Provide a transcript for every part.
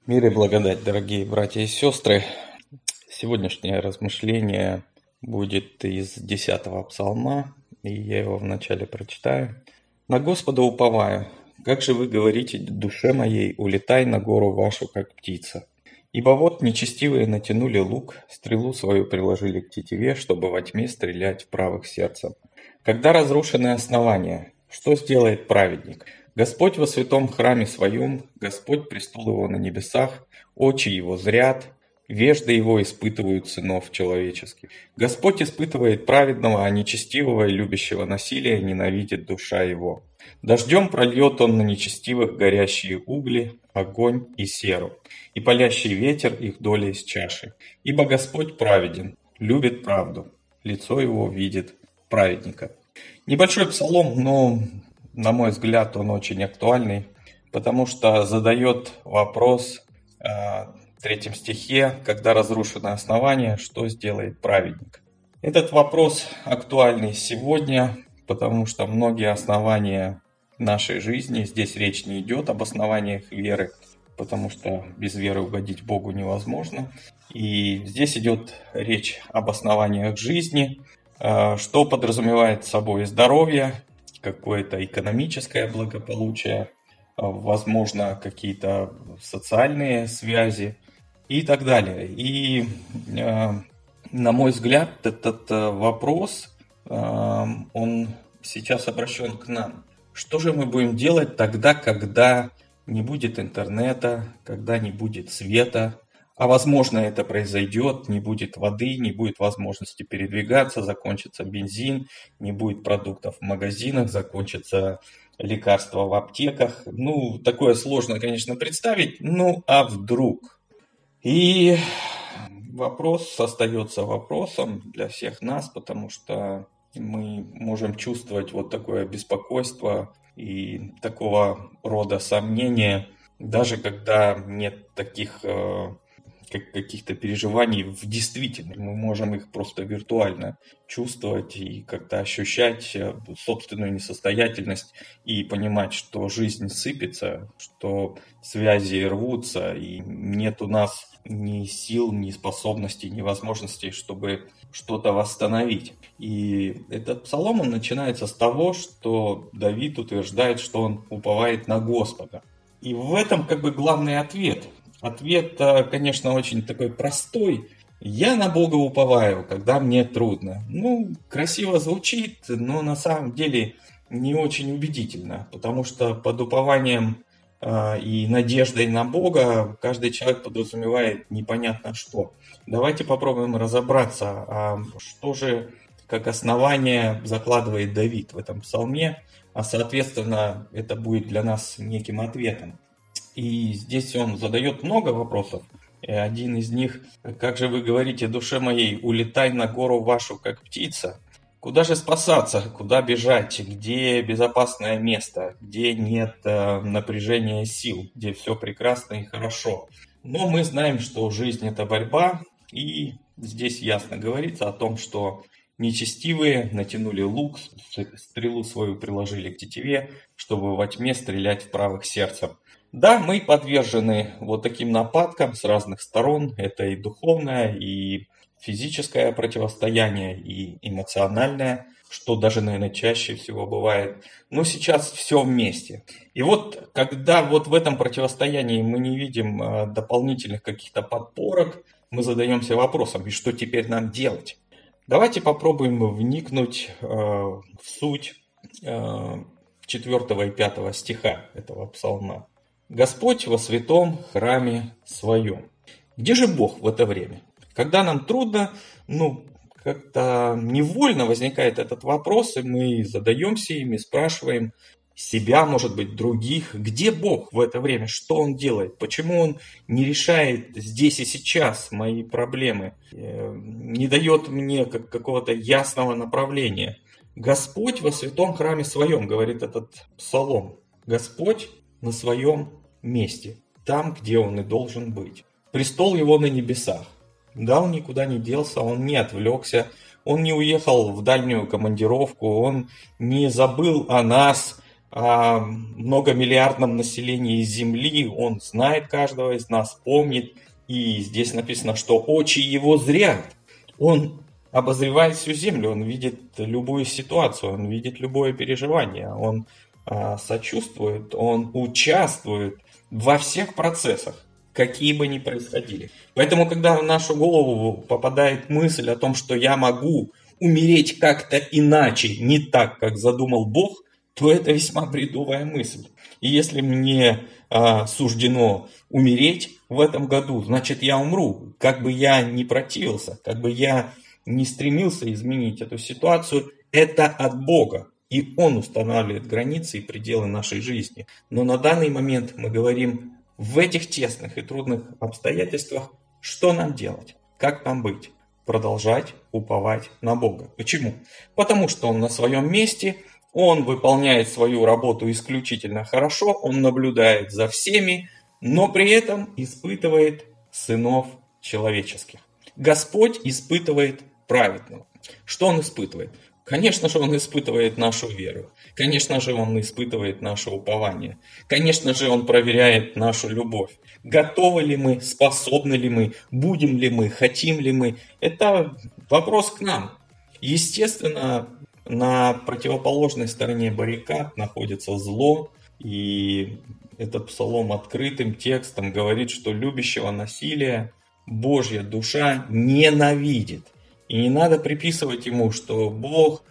Мир и благодать, дорогие братья и сестры. Сегодняшнее размышление будет из 10-го псалма, и я его вначале прочитаю. «На Господа уповаю, как же вы говорите душе моей, улетай на гору вашу, как птица. Ибо вот нечестивые натянули лук, стрелу свою приложили к тетиве, чтобы во тьме стрелять в правых сердцем. Когда разрушены основания, что сделает праведник? Господь во святом храме своем, Господь престол его на небесах, очи его зрят, вежды его испытывают сынов человеческих. Господь испытывает праведного, а нечестивого и любящего насилия ненавидит душа его. Дождем прольет он на нечестивых горящие угли, огонь и серу, и палящий ветер их доля из чаши. Ибо Господь праведен, любит правду, лицо его видит праведника». Небольшой псалом, но, на мой взгляд, он очень актуальный, потому что задает вопрос в 3 стихе: «Когда разрушено основание, что сделает праведник?» Этот вопрос актуальный сегодня, потому что многие основания нашей жизни, здесь речь не идет об основаниях веры, потому что без веры угодить Богу невозможно. И здесь идет речь об основаниях жизни, что подразумевает собой здоровье, какое-то экономическое благополучие, возможно, какие-то социальные связи и так далее. И, на мой взгляд, этот вопрос, он сейчас обращен к нам. Что же мы будем делать тогда, когда не будет интернета, когда не будет света? А возможно, это произойдет, не будет воды, не будет возможности передвигаться, закончится бензин, не будет продуктов в магазинах, закончатся лекарства в аптеках. Ну, такое сложно, конечно, представить, ну а вдруг? И вопрос остается вопросом для всех нас, потому что мы можем чувствовать вот такое беспокойство и такого рода сомнения, даже когда нет таких каких-то переживаний в действительности. Мы можем их просто виртуально чувствовать и как-то ощущать собственную несостоятельность и понимать, что жизнь сыпется, что связи рвутся, и нет у нас ни сил, ни способностей, ни возможностей, чтобы что-то восстановить. И этот псалом, он начинается с того, что Давид утверждает, что он уповает на Господа. И в этом как бы главный ответ. Ответ, конечно, очень такой простой. Я на Бога уповаю, когда мне трудно. Ну, красиво звучит, но на самом деле не очень убедительно, потому что под упованием и надеждой на Бога каждый человек подразумевает непонятно что. Давайте попробуем разобраться, что же как основание закладывает Давид в этом псалме, а соответственно это будет для нас неким ответом. И здесь он задает много вопросов. И один из них: «Как же вы говорите душе моей, улетай на гору вашу, как птица?» Куда же спасаться, куда бежать, где безопасное место, где нет напряжения сил, где все прекрасно и хорошо. Но мы знаем, что жизнь — это борьба, и здесь ясно говорится о том, что нечестивые натянули лук, стрелу свою приложили к тетиве, чтобы во тьме стрелять в правых сердцем. Да, мы подвержены вот таким нападкам с разных сторон. Это и духовное, и физическое противостояние, и эмоциональное, что даже, наверное, чаще всего бывает. Но сейчас все вместе. И вот когда вот в этом противостоянии мы не видим дополнительных каких-то подпорок, мы задаемся вопросом: и что теперь нам делать? Давайте попробуем вникнуть в суть 4 и 5 стиха этого псалма. «Господь во святом храме своем». Где же Бог в это время? Когда нам трудно, как-то невольно возникает этот вопрос, и мы задаемся им и спрашиваем себя, может быть, других, где Бог в это время, что Он делает, почему Он не решает здесь и сейчас мои проблемы, не дает мне какого-то ясного направления. «Господь во святом храме своем», говорит этот псалом. Господь на своем месте, там, где он и должен быть. Престол его на небесах. Да, он никуда не делся, он не отвлекся, он не уехал в дальнюю командировку, он не забыл о нас, о многомиллиардном населении Земли, Он знает каждого из нас, помнит. И здесь написано, что очи Его зрят. Он обозревает всю Землю, Он видит любую ситуацию, Он видит любое переживание, Он сочувствует, Он участвует во всех процессах, какие бы ни происходили. Поэтому, когда в нашу голову попадает мысль о том, что я могу умереть как-то иначе, не так, как задумал Бог, то это весьма бредовая мысль. И если мне суждено умереть в этом году, значит я умру. Как бы я ни противился, как бы я не стремился изменить эту ситуацию, это от Бога. И Он устанавливает границы и пределы нашей жизни. Но на данный момент мы говорим в этих тесных и трудных обстоятельствах, что нам делать, как нам быть. Продолжать уповать на Бога. Почему? Потому что Он на своем месте, Он выполняет свою работу исключительно хорошо, Он наблюдает за всеми, но при этом испытывает сынов человеческих. Господь испытывает праведного. Что Он испытывает? Конечно же, Он испытывает нашу веру. Конечно же, Он испытывает наше упование. Конечно же, Он проверяет нашу любовь. Готовы ли мы, способны ли мы, будем ли мы, хотим ли мы. Это вопрос к нам. Естественно, на противоположной стороне баррикад находится зло. И этот псалом открытым текстом говорит, что любящего насилия Божья душа ненавидит. И не надо приписывать ему, что Бог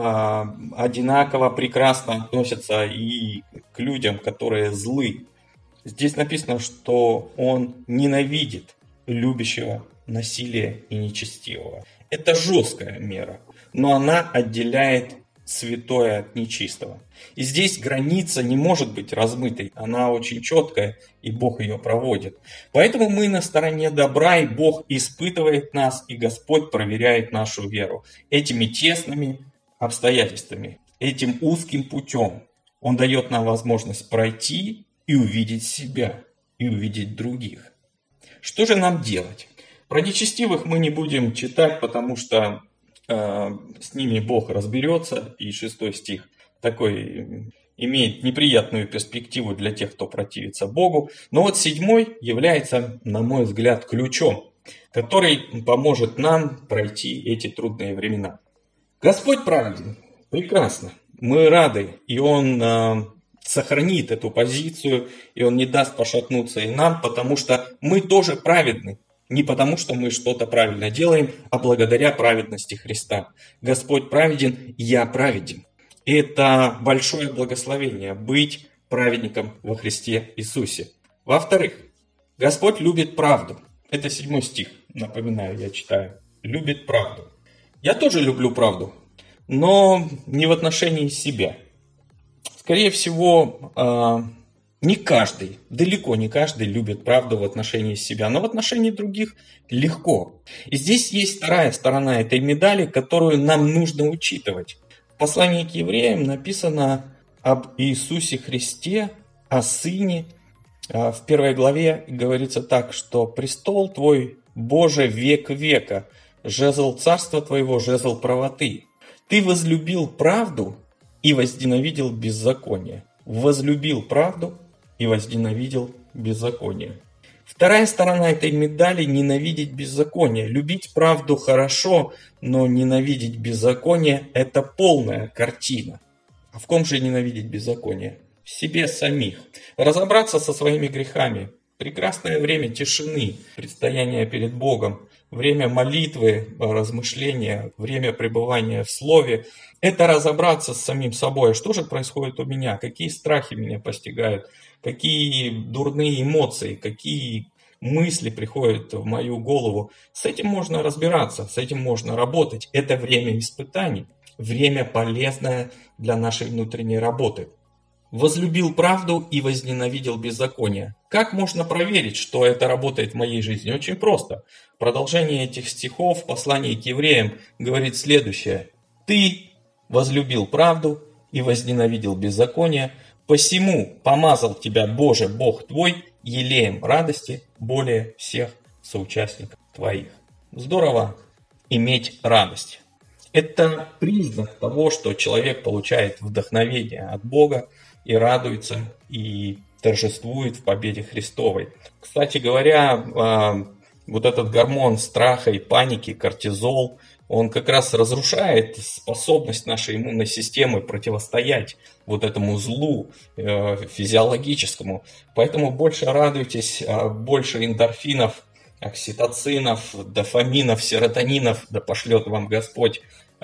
одинаково прекрасно относится и к людям, которые злы. Здесь написано, что Он ненавидит любящего насилия и нечестивого. Это жесткая мера, но она отделяет святое от нечистого. И здесь граница не может быть размытой, она очень четкая, и Бог ее проводит. Поэтому мы на стороне добра, и Бог испытывает нас, и Господь проверяет нашу веру. Этими тесными обстоятельствами, этим узким путем Он дает нам возможность пройти и увидеть себя, и увидеть других. Что же нам делать? Про нечестивых мы не будем читать, потому что с ними Бог разберется, и 6 стих такой имеет неприятную перспективу для тех, кто противится Богу. Но вот 7 является, на мой взгляд, ключом, который поможет нам пройти эти трудные времена. Господь праведен, прекрасно, мы рады, и Он сохранит эту позицию, и Он не даст пошатнуться и нам, потому что мы тоже праведны. Не потому, что мы что-то правильно делаем, а благодаря праведности Христа. Господь праведен, я праведен. И это большое благословение быть праведником во Христе Иисусе. Во-вторых, Господь любит правду. Это 7 стих, напоминаю, я читаю. Любит правду. Я тоже люблю правду, но не в отношении себя. Скорее всего, не каждый, далеко не каждый любит правду в отношении себя, но в отношении других легко. И здесь есть вторая сторона этой медали, которую нам нужно учитывать. В послании к евреям написано об Иисусе Христе, о Сыне. В 1 главе говорится так, что «престол Твой, Боже, век века, жезл царства Твоего, жезл правоты. Ты возлюбил правду и возненавидел беззаконие». Возлюбил правду и возненавидел беззаконие. Вторая сторона этой медали – ненавидеть беззаконие. Любить правду хорошо, но ненавидеть беззаконие – это полная картина. А в ком же ненавидеть беззаконие? В себе самих. Разобраться со своими грехами. Прекрасное время тишины, предстояния перед Богом, время молитвы, размышления, время пребывания в Слове. Это разобраться с самим собой. Что же происходит у меня? Какие страхи меня постигают? Какие дурные эмоции? Какие мысли приходят в мою голову? С этим можно разбираться, с этим можно работать. Это время испытаний. Время полезное для нашей внутренней работы. Возлюбил правду и возненавидел беззаконие. Как можно проверить, что это работает в моей жизни? Очень просто. Продолжение этих стихов в послании к евреям говорит следующее. Ты возлюбил правду и возненавидел беззаконие, посему помазал тебя, Боже, Бог твой, елеем радости более всех соучастников твоих. Здорово иметь радость. Это признак того, что человек получает вдохновение от Бога, и радуется, и торжествует в победе Христовой. Кстати говоря, вот этот гормон страха и паники, кортизол, он как раз разрушает способность нашей иммунной системы противостоять вот этому злу физиологическому. Поэтому больше радуйтесь, больше эндорфинов, окситоцинов, дофаминов, серотонинов, да пошлет вам Господь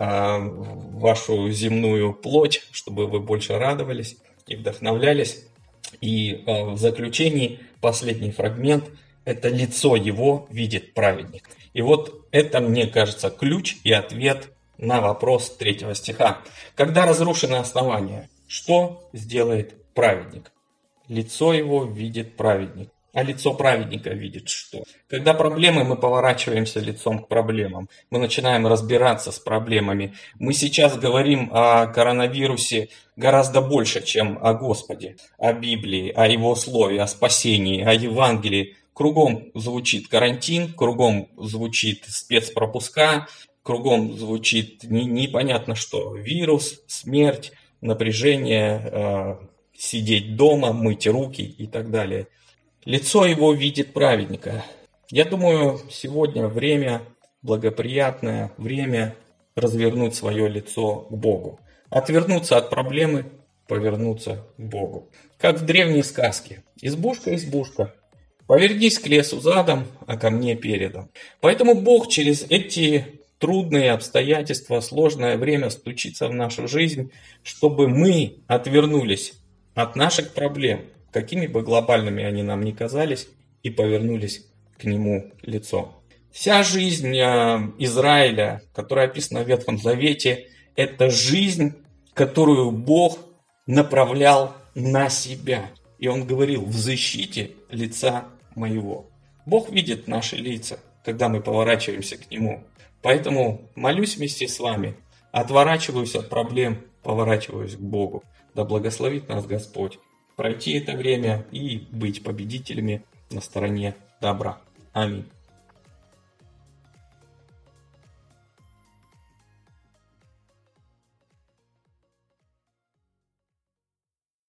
вашу земную плоть, чтобы вы больше радовались и вдохновлялись. И в заключении последний фрагмент – это лицо его видит праведник. И вот это, мне кажется, ключ и ответ на вопрос 3 стиха. Когда разрушены основания, что сделает праведник? Лицо его видит праведник. А лицо праведника видит что? Когда проблемы, мы поворачиваемся лицом к проблемам. Мы начинаем разбираться с проблемами. Мы сейчас говорим о коронавирусе гораздо больше, чем о Господе, о Библии, о Его Слове, о спасении, о Евангелии. Кругом звучит карантин, кругом звучит спецпропуска, кругом звучит непонятно что. Вирус, смерть, напряжение, сидеть дома, мыть руки и так далее. Лицо его видит праведника. Я думаю, сегодня время благоприятное, время развернуть свое лицо к Богу. Отвернуться от проблемы, повернуться к Богу. Как в древней сказке. Избушка, избушка. Повернись к лесу задом, а ко мне передом. Поэтому Бог через эти трудные обстоятельства, сложное время стучится в нашу жизнь, чтобы мы отвернулись от наших проблем, какими бы глобальными они нам ни казались, и повернулись к Нему лицом. Вся жизнь Израиля, которая описана в Ветхом Завете, это жизнь, которую Бог направлял на себя. И Он говорил: в защите лица моего. Бог видит наши лица, когда мы поворачиваемся к Нему. Поэтому молюсь вместе с вами, отворачиваюсь от проблем, поворачиваюсь к Богу. Да благословит нас Господь пройти это время и быть победителями на стороне добра. Аминь.